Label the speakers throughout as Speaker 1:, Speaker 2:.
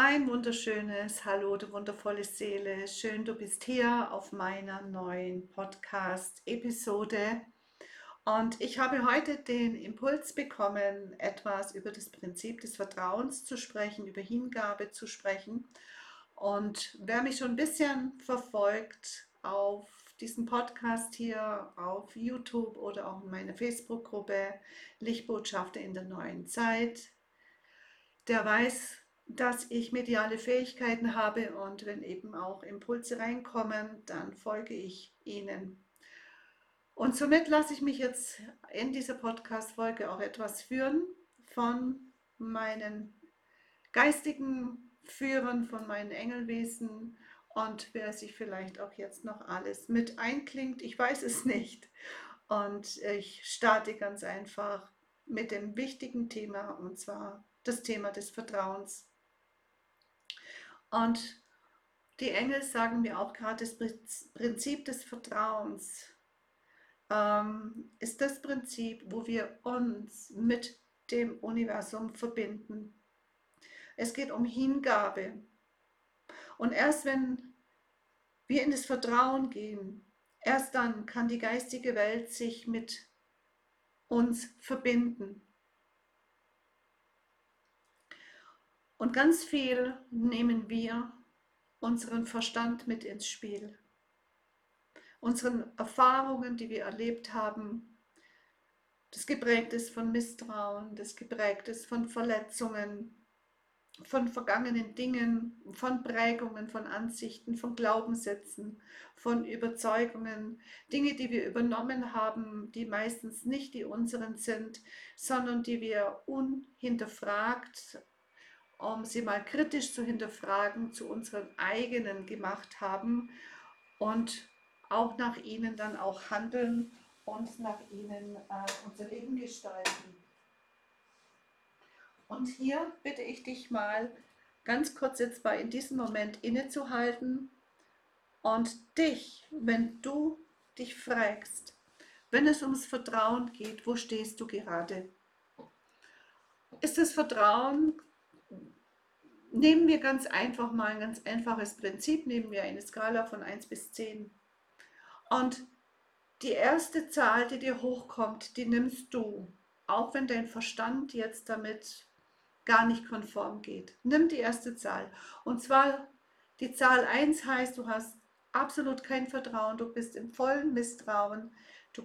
Speaker 1: Ein wunderschönes Hallo, du wundervolle Seele. Schön, du bist hier auf meiner neuen Podcast-Episode. Und ich habe heute den Impuls bekommen, etwas über das Prinzip des Vertrauens zu sprechen, über Hingabe zu sprechen. Und wer mich schon ein bisschen verfolgt auf diesem Podcast hier, auf YouTube oder auch in meiner Facebook-Gruppe Lichtbotschafter in der neuen Zeit, der weiß, dass ich mediale Fähigkeiten habe und wenn eben auch Impulse reinkommen, dann folge ich ihnen. Und somit lasse ich mich jetzt in dieser Podcast-Folge auch etwas führen von meinen geistigen Führern, von meinen Engelwesen und wer sich vielleicht auch jetzt noch alles mit einklingt, ich weiß es nicht. Und ich starte ganz einfach mit dem wichtigen Thema und zwar das Thema des Vertrauens. Und die Engel sagen mir auch gerade, das Prinzip des Vertrauens ist das Prinzip, wo wir uns mit dem Universum verbinden. Es geht um Hingabe. Und erst wenn wir in das Vertrauen gehen, erst dann kann die geistige Welt sich mit uns verbinden. Und ganz viel nehmen wir unseren Verstand mit ins Spiel. Unseren Erfahrungen, die wir erlebt haben, das geprägt ist von Misstrauen, das geprägt ist von Verletzungen, von vergangenen Dingen, von Prägungen, von Ansichten, von Glaubenssätzen, von Überzeugungen, Dinge, die wir übernommen haben, die meistens nicht die unseren sind, sondern die wir unhinterfragt, um sie mal kritisch zu hinterfragen, zu unseren eigenen gemacht haben und auch nach ihnen dann auch handeln und nach ihnen unser Leben gestalten. Und hier bitte ich dich mal ganz kurz jetzt in diesem Moment innezuhalten und dich, wenn du dich fragst, wenn es ums Vertrauen geht, wo stehst du gerade? Ist das Vertrauen, nehmen wir ganz einfach mal ein ganz einfaches Prinzip, nehmen wir eine Skala von 1 bis 10. Und die erste Zahl, die dir hochkommt, die nimmst du, auch wenn dein Verstand jetzt damit gar nicht konform geht. Nimm die erste Zahl. Und zwar die Zahl 1 heißt, du hast absolut kein Vertrauen, du bist im vollen Misstrauen, du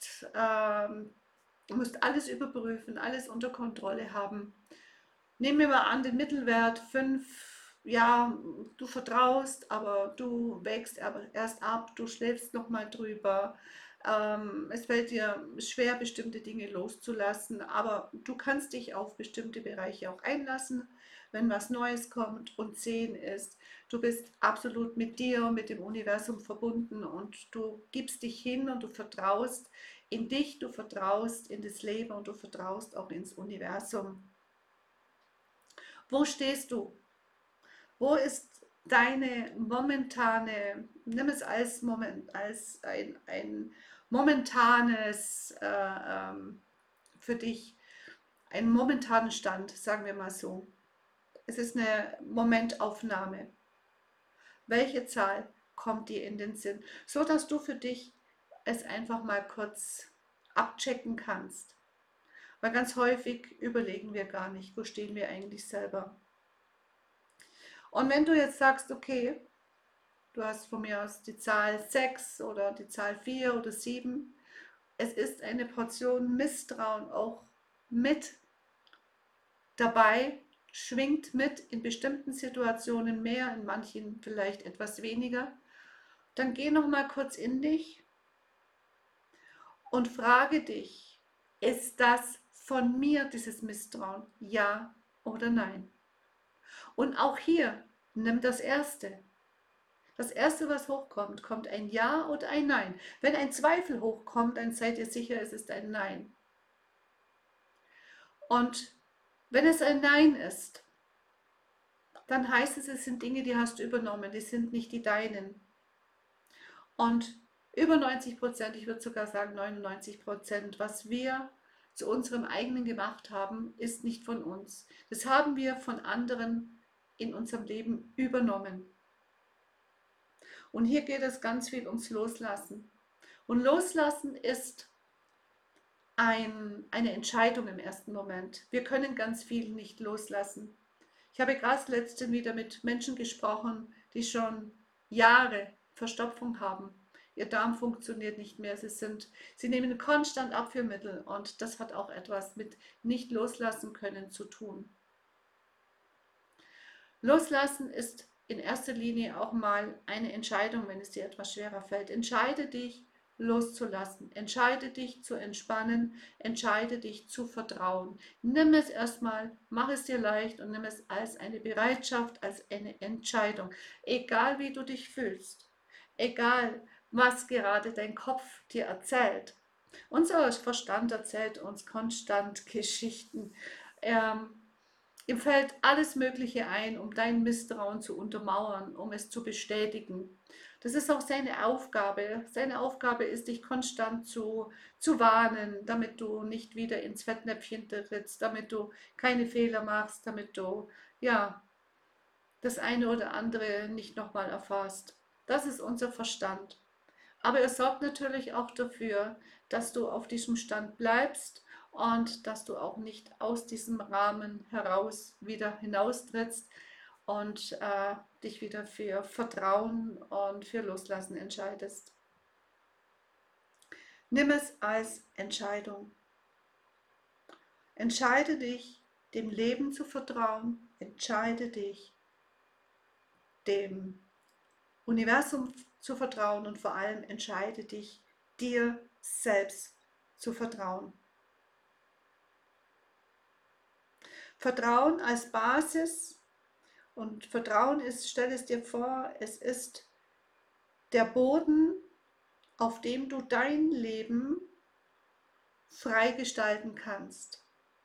Speaker 1: du musst alles überprüfen, alles unter Kontrolle haben. Nehmen wir mal an, den Mittelwert 5, ja, du vertraust, aber du wägst erst ab, du schläfst nochmal drüber. Es fällt dir schwer, bestimmte Dinge loszulassen, aber du kannst dich auf bestimmte Bereiche auch einlassen, wenn was Neues kommt. Und 10 ist, du bist absolut mit dir, mit dem Universum verbunden und du gibst dich hin und du vertraust in dich, du vertraust in das Leben und du vertraust auch ins Universum. Wo stehst du? Wo ist deine momentane, nimm es als Moment, als ein momentanes für dich, einen momentanen Stand, sagen wir mal so. Es ist eine Momentaufnahme. Welche Zahl kommt dir in den Sinn? So dass du für dich es einfach mal kurz abchecken kannst. Weil ganz häufig überlegen wir gar nicht, wo stehen wir eigentlich selber. Und wenn du jetzt sagst, okay, du hast von mir aus die Zahl 6 oder die Zahl 4 oder 7, es ist eine Portion Misstrauen auch mit dabei, schwingt mit in bestimmten Situationen mehr, in manchen vielleicht etwas weniger, dann geh noch mal kurz in dich und frage dich, ist das von mir dieses Misstrauen? Ja oder nein? Und auch hier, nimm das Erste. Das Erste, was hochkommt, kommt ein Ja oder ein Nein. Wenn ein Zweifel hochkommt, dann seid ihr sicher, es ist ein Nein. Und wenn es ein Nein ist, dann heißt es, es sind Dinge, die hast du übernommen, die sind nicht die deinen. Und über 90%, ich würde sogar sagen 99%, was wir zu unserem eigenen gemacht haben, ist nicht von uns. Das haben wir von anderen in unserem Leben übernommen. Und hier geht es ganz viel ums Loslassen. Und Loslassen ist eine Entscheidung im ersten Moment. Wir können ganz viel nicht loslassen. Ich habe gerade letztens wieder mit Menschen gesprochen, die schon Jahre Verstopfung haben. Ihr Darm funktioniert nicht mehr. Sie nehmen konstant Abführmittel und das hat auch etwas mit nicht loslassen können zu tun. Loslassen ist in erster Linie auch mal eine Entscheidung, wenn es dir etwas schwerer fällt. Entscheide dich, loszulassen. Entscheide dich zu entspannen. Entscheide dich zu vertrauen. Nimm es erstmal, mach es dir leicht und nimm es als eine Bereitschaft, als eine Entscheidung. Egal wie du dich fühlst, egal was gerade dein Kopf dir erzählt. Unser Verstand erzählt uns konstant Geschichten. Ähm, Ihm fällt alles Mögliche ein, um dein Misstrauen zu untermauern, um es zu bestätigen. Das ist auch seine Aufgabe. Seine Aufgabe ist, dich konstant zu warnen, damit du nicht wieder ins Fettnäpfchen trittst, damit du keine Fehler machst, damit du ja das eine oder andere nicht nochmal erfährst. Das ist unser Verstand. Aber er sorgt natürlich auch dafür, dass du auf diesem Stand bleibst und dass du auch nicht aus diesem Rahmen heraus wieder hinaustrittst und dich wieder für Vertrauen und für Loslassen entscheidest. Nimm es als Entscheidung. Entscheide dich, dem Leben zu vertrauen. Entscheide dich, dem Universum zu vertrauen und vor allem entscheide dich, dir selbst zu vertrauen. Vertrauen als Basis und Vertrauen ist, stell es dir vor, es ist der Boden, auf dem du dein Leben frei gestalten kannst.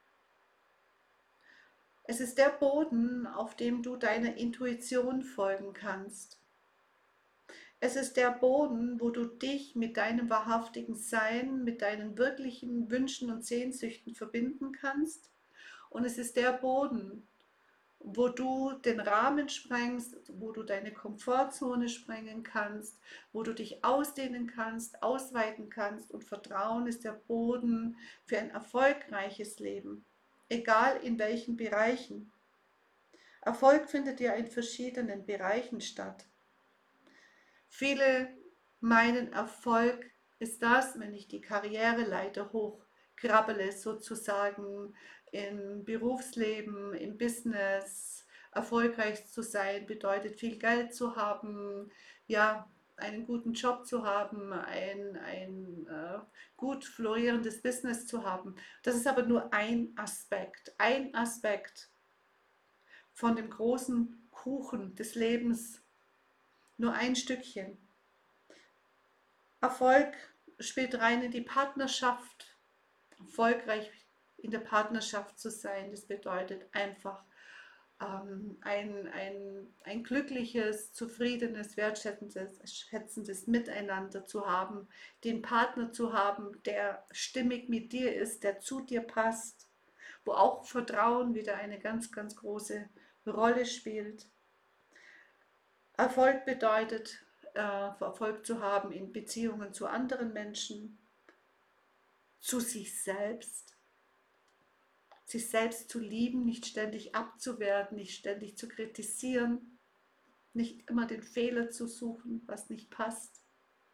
Speaker 1: Es ist der Boden, auf dem du deiner Intuition folgen kannst. Es ist der Boden, wo du dich mit deinem wahrhaftigen Sein, mit deinen wirklichen Wünschen und Sehnsüchten verbinden kannst. Und es ist der Boden, wo du den Rahmen sprengst, wo du deine Komfortzone sprengen kannst, wo du dich ausdehnen kannst, ausweiten kannst. Und Vertrauen ist der Boden für ein erfolgreiches Leben, egal in welchen Bereichen. Erfolg findet ja in verschiedenen Bereichen statt. Viele meinen, Erfolg ist das, wenn ich die Karriereleiter hochkrabbele, sozusagen im Berufsleben, im Business. Erfolgreich zu sein bedeutet viel Geld zu haben, ja, einen guten Job zu haben, ein gut florierendes Business zu haben. Das ist aber nur ein Aspekt von dem großen Kuchen des Lebens, nur ein Stückchen. Erfolg spielt rein in die Partnerschaft. Erfolgreich in der Partnerschaft zu sein, das bedeutet einfach ein glückliches, zufriedenes, wertschätzendes Miteinander zu haben, den Partner zu haben, der stimmig mit dir ist, der zu dir passt, wo auch Vertrauen wieder eine ganz, ganz große Rolle spielt. Erfolg bedeutet, Erfolg zu haben in Beziehungen zu anderen Menschen, zu sich selbst zu lieben, nicht ständig abzuwerten, nicht ständig zu kritisieren, nicht immer den Fehler zu suchen, was nicht passt.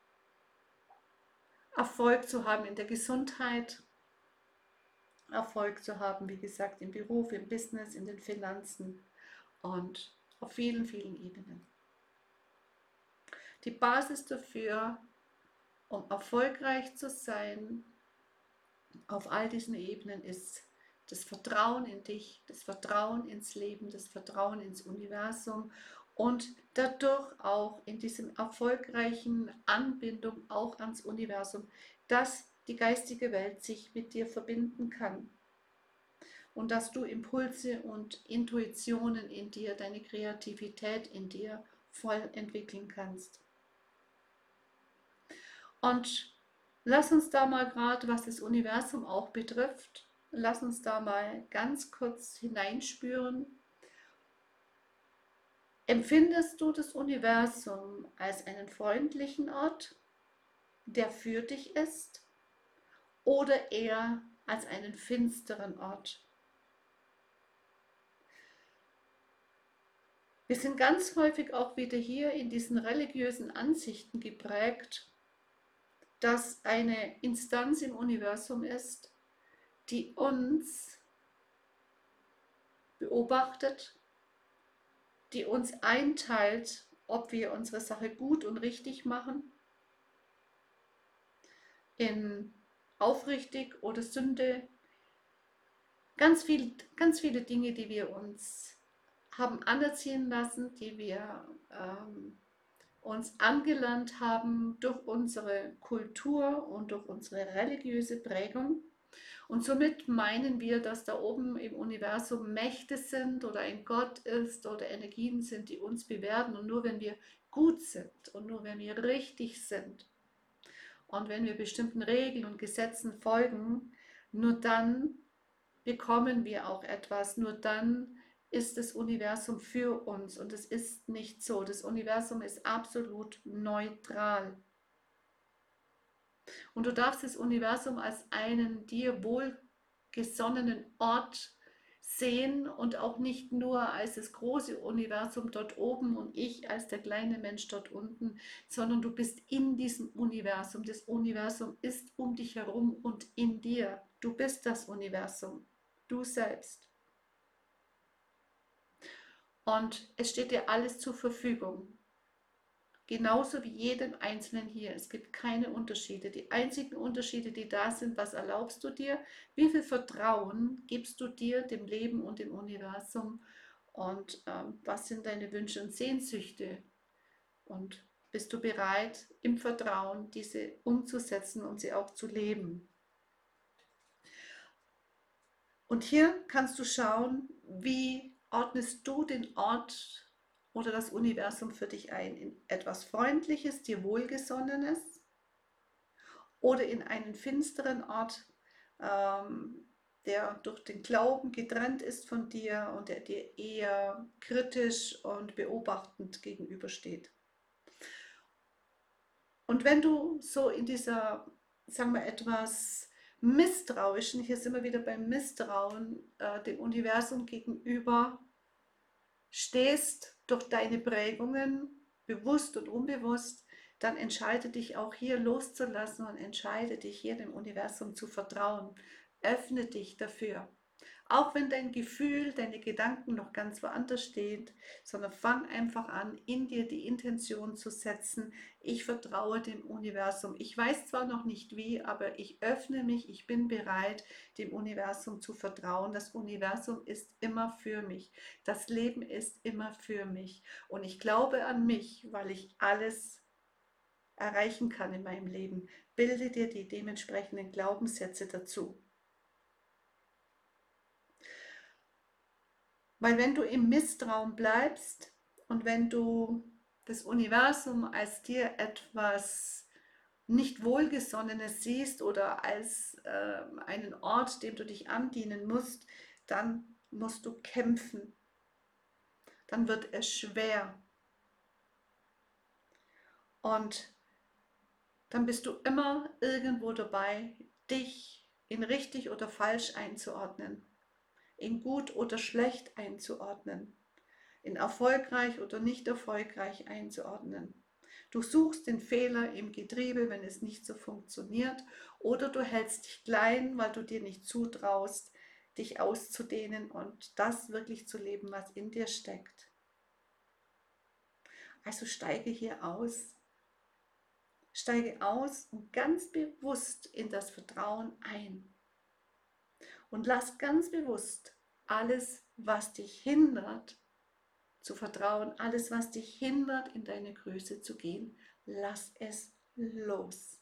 Speaker 1: Erfolg zu haben in der Gesundheit, Erfolg zu haben, wie gesagt, im Beruf, im Business, in den Finanzen und auf vielen, vielen Ebenen. Die Basis dafür, um erfolgreich zu sein, auf all diesen Ebenen ist das Vertrauen in dich, das Vertrauen ins Leben, das Vertrauen ins Universum und dadurch auch in diesem erfolgreichen Anbindung auch ans Universum, dass die geistige Welt sich mit dir verbinden kann und dass du Impulse und Intuitionen in dir, deine Kreativität in dir voll entwickeln kannst. Und lass uns da mal gerade, was das Universum auch betrifft, lass uns da mal ganz kurz hineinspüren Empfindest du das Universum als einen freundlichen Ort, der für dich ist, oder eher als einen finsteren Ort? Wir sind ganz häufig auch wieder hier in diesen religiösen Ansichten geprägt, dass eine Instanz im Universum ist, die uns beobachtet, die uns einteilt, ob wir unsere Sache gut und richtig machen, in aufrichtig oder Sünde. Ganz viele Dinge, die wir uns haben anerziehen lassen, die wir uns angelernt haben durch unsere Kultur und durch unsere religiöse Prägung. Und somit meinen wir, dass da oben im Universum Mächte sind oder ein Gott ist oder Energien sind, die uns bewerten. Und nur wenn wir gut sind und nur wenn wir richtig sind und wenn wir bestimmten Regeln und Gesetzen folgen, nur dann bekommen wir auch etwas, nur dann ist das Universum für uns. Und es ist nicht so. Das Universum ist absolut neutral. Und du darfst das Universum als einen dir wohlgesonnenen Ort sehen und auch nicht nur als das große Universum dort oben und ich als der kleine Mensch dort unten, sondern du bist in diesem Universum. Das Universum ist um dich herum und in dir. Du bist das Universum, du selbst. Und es steht dir alles zur Verfügung. Genauso wie jedem Einzelnen hier. Es gibt keine Unterschiede. Die einzigen Unterschiede, die da sind, was erlaubst du dir? Wie viel Vertrauen gibst du dir, dem Leben und dem Universum? Und was sind deine Wünsche und Sehnsüchte? Und bist du bereit, im Vertrauen diese umzusetzen und sie auch zu leben? Und hier kannst du schauen, wie ordnest du den Ort oder das Universum für dich ein? In etwas Freundliches, dir Wohlgesonnenes oder in einen finsteren Ort, der durch den Glauben getrennt ist von dir und der dir eher kritisch und beobachtend gegenübersteht. Und wenn du so in dieser, sagen wir, etwas misstrauischen, hier sind wir wieder beim Misstrauen, dem Universum gegenüber stehst durch deine Prägungen, bewusst und unbewusst, dann entscheide dich auch hier loszulassen und entscheide dich hier dem Universum zu vertrauen. Öffne dich dafür. Auch wenn dein Gefühl, deine Gedanken noch ganz woanders stehen, sondern fang einfach an, in dir die Intention zu setzen, ich vertraue dem Universum. Ich weiß zwar noch nicht wie, aber ich öffne mich, ich bin bereit, dem Universum zu vertrauen. Das Universum ist immer für mich. Das Leben ist immer für mich. Und ich glaube an mich, weil ich alles erreichen kann in meinem Leben. Bilde dir die dementsprechenden Glaubenssätze dazu. Weil wenn du im Misstrauen bleibst und wenn du das Universum als dir etwas nicht Wohlgesonnenes siehst oder als einen Ort, dem du dich andienen musst, dann musst du kämpfen. Dann wird es schwer. Und dann bist du immer irgendwo dabei, dich in richtig oder falsch einzuordnen, in gut oder schlecht einzuordnen, in erfolgreich oder nicht erfolgreich einzuordnen. Du suchst den Fehler im Getriebe, wenn es nicht so funktioniert, oder du hältst dich klein, weil du dir nicht zutraust, dich auszudehnen und das wirklich zu leben, was in dir steckt. Also steige aus und ganz bewusst in das Vertrauen ein. Und lass ganz bewusst alles, was dich hindert, zu vertrauen, alles, was dich hindert, in deine Größe zu gehen, lass es los.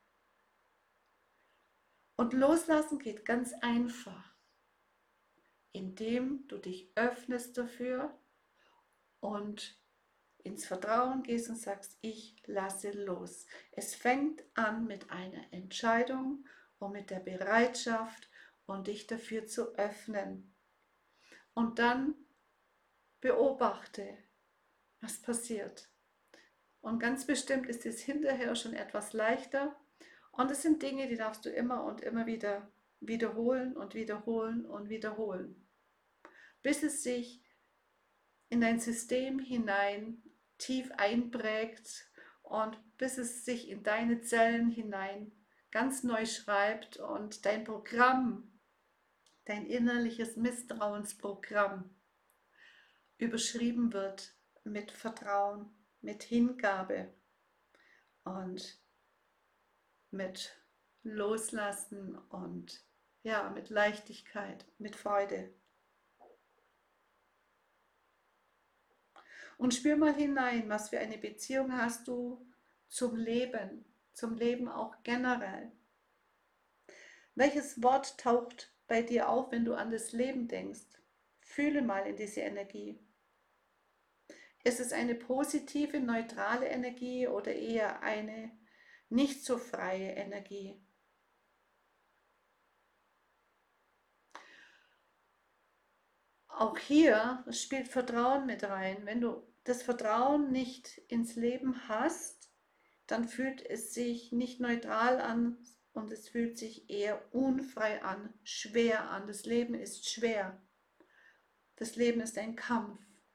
Speaker 1: Und loslassen geht ganz einfach, indem du dich öffnest dafür und ins Vertrauen gehst und sagst, ich lasse los. Es fängt an mit einer Entscheidung und mit der Bereitschaft und dich dafür zu öffnen. Und dann beobachte, was passiert. Und ganz bestimmt ist es hinterher schon etwas leichter. Und es sind Dinge, die darfst du immer und immer wieder wiederholen und wiederholen und wiederholen, bis es sich in dein System hinein tief einprägt und bis es sich in deine Zellen hinein ganz neu schreibt und dein Programm, dein innerliches Misstrauensprogramm überschrieben wird mit Vertrauen, mit Hingabe und mit Loslassen und ja, mit Leichtigkeit, mit Freude. Und spür mal hinein, was für eine Beziehung hast du zum Leben auch generell. Welches Wort taucht bei dir auf, wenn du an das Leben denkst? Fühle mal in diese Energie. Ist es eine positive, neutrale Energie oder eher eine nicht so freie Energie? Auch hier spielt Vertrauen mit rein. Wenn du das Vertrauen nicht ins Leben hast, dann fühlt es sich nicht neutral an und es fühlt sich eher unfrei an, schwer an. Das Leben ist schwer. Das Leben ist ein Kampf.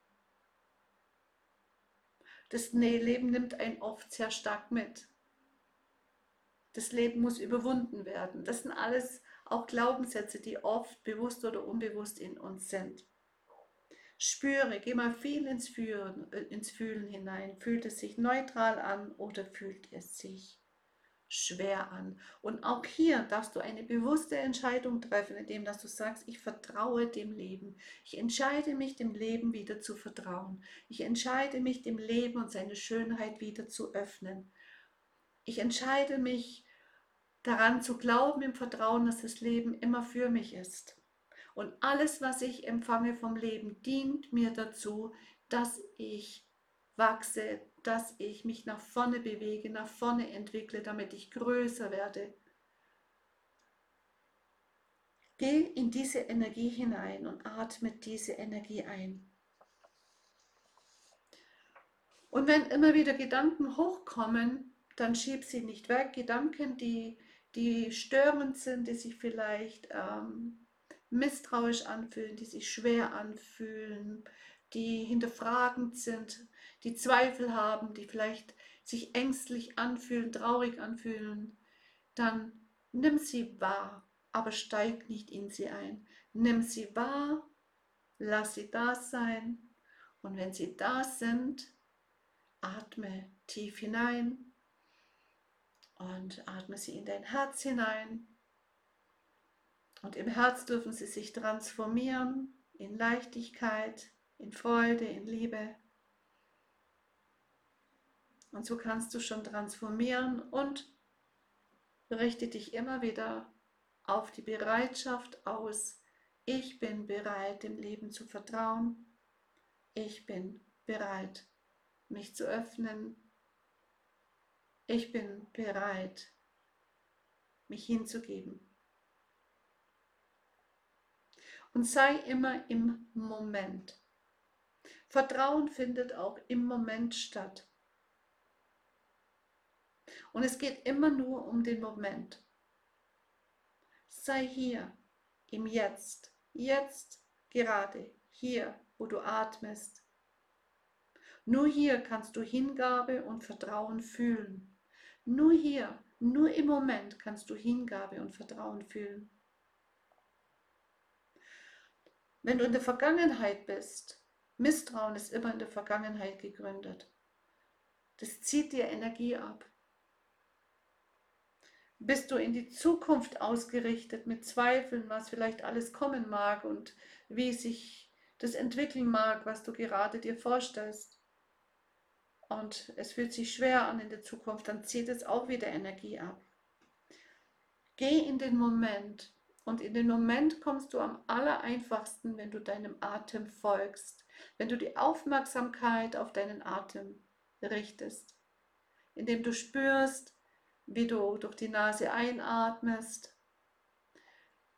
Speaker 1: Das Leben nimmt einen oft sehr stark mit. Das Leben muss überwunden werden. Das sind alles auch Glaubenssätze, die oft bewusst oder unbewusst in uns sind. Spüre, geh mal viel ins Fühlen hinein. Fühlt es sich neutral an oder fühlt es sich schwer an? Und auch hier darfst du eine bewusste Entscheidung treffen, indem dass du sagst, ich vertraue dem Leben. Ich entscheide mich, dem Leben wieder zu vertrauen. Ich entscheide mich, dem Leben und seine Schönheit wieder zu öffnen. Ich entscheide mich, daran zu glauben, im Vertrauen, dass das Leben immer für mich ist. Und alles, was ich empfange vom Leben, dient mir dazu, dass ich wachse, dass ich mich nach vorne bewege, nach vorne entwickle, damit ich größer werde. Geh in diese Energie hinein und atme diese Energie ein. Und wenn immer wieder Gedanken hochkommen, dann schieb sie nicht weg. Gedanken, die störend sind, die sich vielleicht misstrauisch anfühlen, die sich schwer anfühlen, die hinterfragend sind, die Zweifel haben, die vielleicht sich ängstlich anfühlen, traurig anfühlen, dann nimm sie wahr, aber steig nicht in sie ein. Nimm sie wahr, lass sie da sein und wenn sie da sind, atme tief hinein und atme sie in dein Herz hinein. Und im Herz dürfen sie sich transformieren in Leichtigkeit, in Freude, in Liebe. Und so kannst du schon transformieren und richte dich immer wieder auf die Bereitschaft aus. Ich bin bereit, dem Leben zu vertrauen. Ich bin bereit, mich zu öffnen. Ich bin bereit, mich hinzugeben. Und sei immer im Moment. Vertrauen findet auch im Moment statt. Und es geht immer nur um den Moment. Sei hier, im Jetzt, jetzt gerade, hier, wo du atmest. Nur hier kannst du Hingabe und Vertrauen fühlen. Nur hier, nur im Moment kannst du Hingabe und Vertrauen fühlen. Wenn du in der Vergangenheit bist, Misstrauen ist immer in der Vergangenheit gegründet. Das zieht dir Energie ab. Bist du in die Zukunft ausgerichtet mit Zweifeln, was vielleicht alles kommen mag und wie sich das entwickeln mag, was du gerade dir vorstellst? Und es fühlt sich schwer an in der Zukunft, dann zieht es auch wieder Energie ab. Geh in den Moment und in den Moment kommst du am allereinfachsten, wenn du deinem Atem folgst, wenn du die Aufmerksamkeit auf deinen Atem richtest, indem du spürst, wie du durch die Nase einatmest,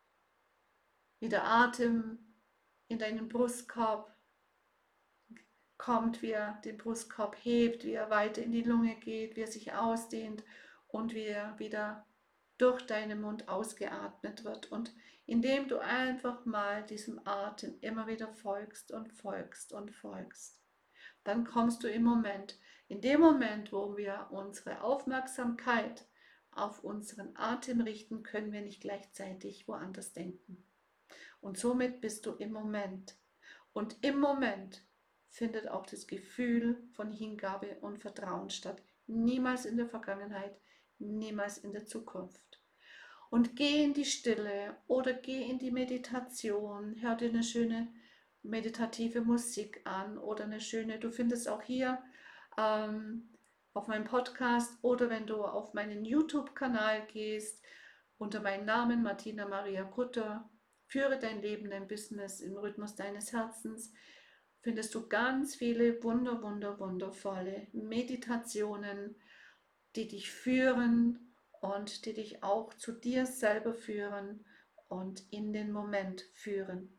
Speaker 1: wie der Atem in deinen Brustkorb kommt, wie er den Brustkorb hebt, wie er weiter in die Lunge geht, wie er sich ausdehnt und wie er wieder durch deinen Mund ausgeatmet wird. Und indem du einfach mal diesem Atem immer wieder folgst und folgst und folgst, dann kommst du in dem Moment, wo wir unsere Aufmerksamkeit auf unseren Atem richten, können wir nicht gleichzeitig woanders denken. Und somit bist du im Moment. Und im Moment findet auch das Gefühl von Hingabe und Vertrauen statt. Niemals in der Vergangenheit, niemals in der Zukunft. Und geh in die Stille oder geh in die Meditation, hör dir eine schöne meditative Musik an oder eine schöne, du findest auch hier ähm, auf meinem Podcast oder wenn du auf meinen YouTube-Kanal gehst, unter meinem Namen Martina Maria Kutter, führe dein Leben, dein Business im Rhythmus deines Herzens, findest du ganz viele wundervolle Meditationen, die dich führen und die dich auch zu dir selber führen und in den Moment führen.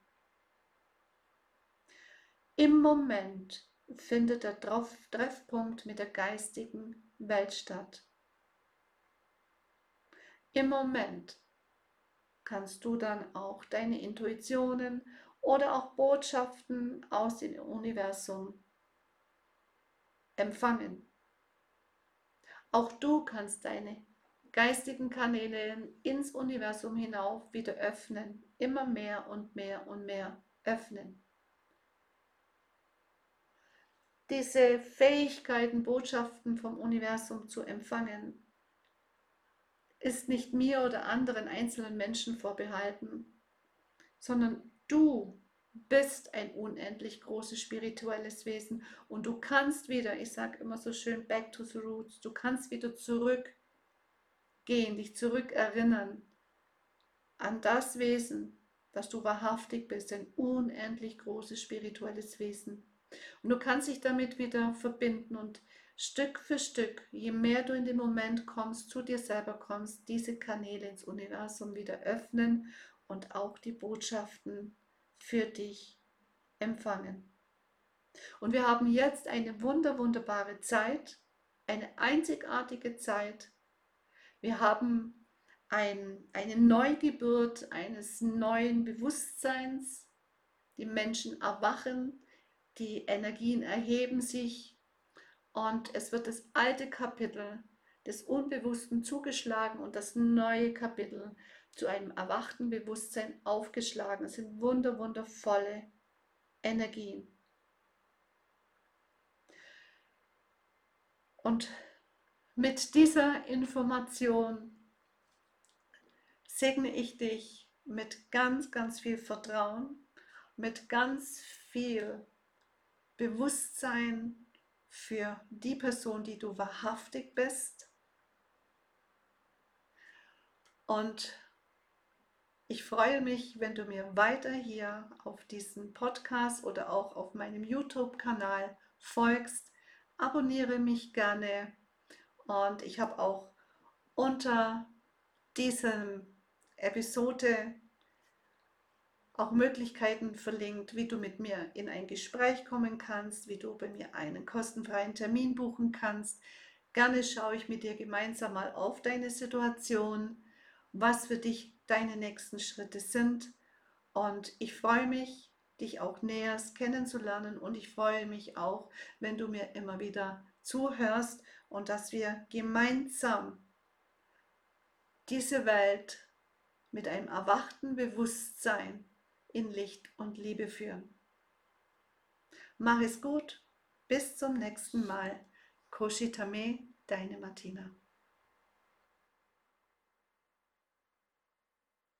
Speaker 1: Im Moment findet der Treffpunkt mit der geistigen Welt statt. Im Moment kannst du dann auch deine Intuitionen oder auch Botschaften aus dem Universum empfangen. Auch du kannst deine geistigen Kanäle ins Universum hinauf wieder öffnen, immer mehr und mehr und mehr öffnen. Diese Fähigkeiten, Botschaften vom Universum zu empfangen, ist nicht mir oder anderen einzelnen Menschen vorbehalten, sondern du bist ein unendlich großes spirituelles Wesen und du kannst wieder, ich sage immer so schön, back to the roots, du kannst wieder zurückgehen, dich zurückerinnern an das Wesen, dass du wahrhaftig bist, ein unendlich großes spirituelles Wesen. Und du kannst dich damit wieder verbinden und Stück für Stück, je mehr du in den Moment kommst, zu dir selber kommst, diese Kanäle ins Universum wieder öffnen und auch die Botschaften für dich empfangen. Und wir haben jetzt eine wunderbare Zeit, eine einzigartige Zeit. Wir haben eine Neugeburt eines neuen Bewusstseins. Die Menschen erwachen, die Energien erheben sich und es wird das alte Kapitel des Unbewussten zugeschlagen und das neue Kapitel zu einem erwachten Bewusstsein aufgeschlagen. Es sind wundervolle Energien. Und mit dieser Information segne ich dich mit ganz viel Vertrauen, mit ganz viel Bewusstsein für die Person, die du wahrhaftig bist. Und ich freue mich, wenn du mir weiter hier auf diesem Podcast oder auch auf meinem YouTube-Kanal folgst. Abonniere mich gerne und ich habe auch unter diesem Episode auch Möglichkeiten verlinkt, wie du mit mir in ein Gespräch kommen kannst, wie du bei mir einen kostenfreien Termin buchen kannst. Gerne schaue ich mit dir gemeinsam mal auf deine Situation, was für dich deine nächsten Schritte sind. Und ich freue mich, dich auch näher kennenzulernen und ich freue mich auch, wenn du mir immer wieder zuhörst und dass wir gemeinsam diese Welt mit einem erwachten Bewusstsein in Licht und Liebe führen. Mach es gut, bis zum nächsten Mal. Koshi Tame, deine Martina.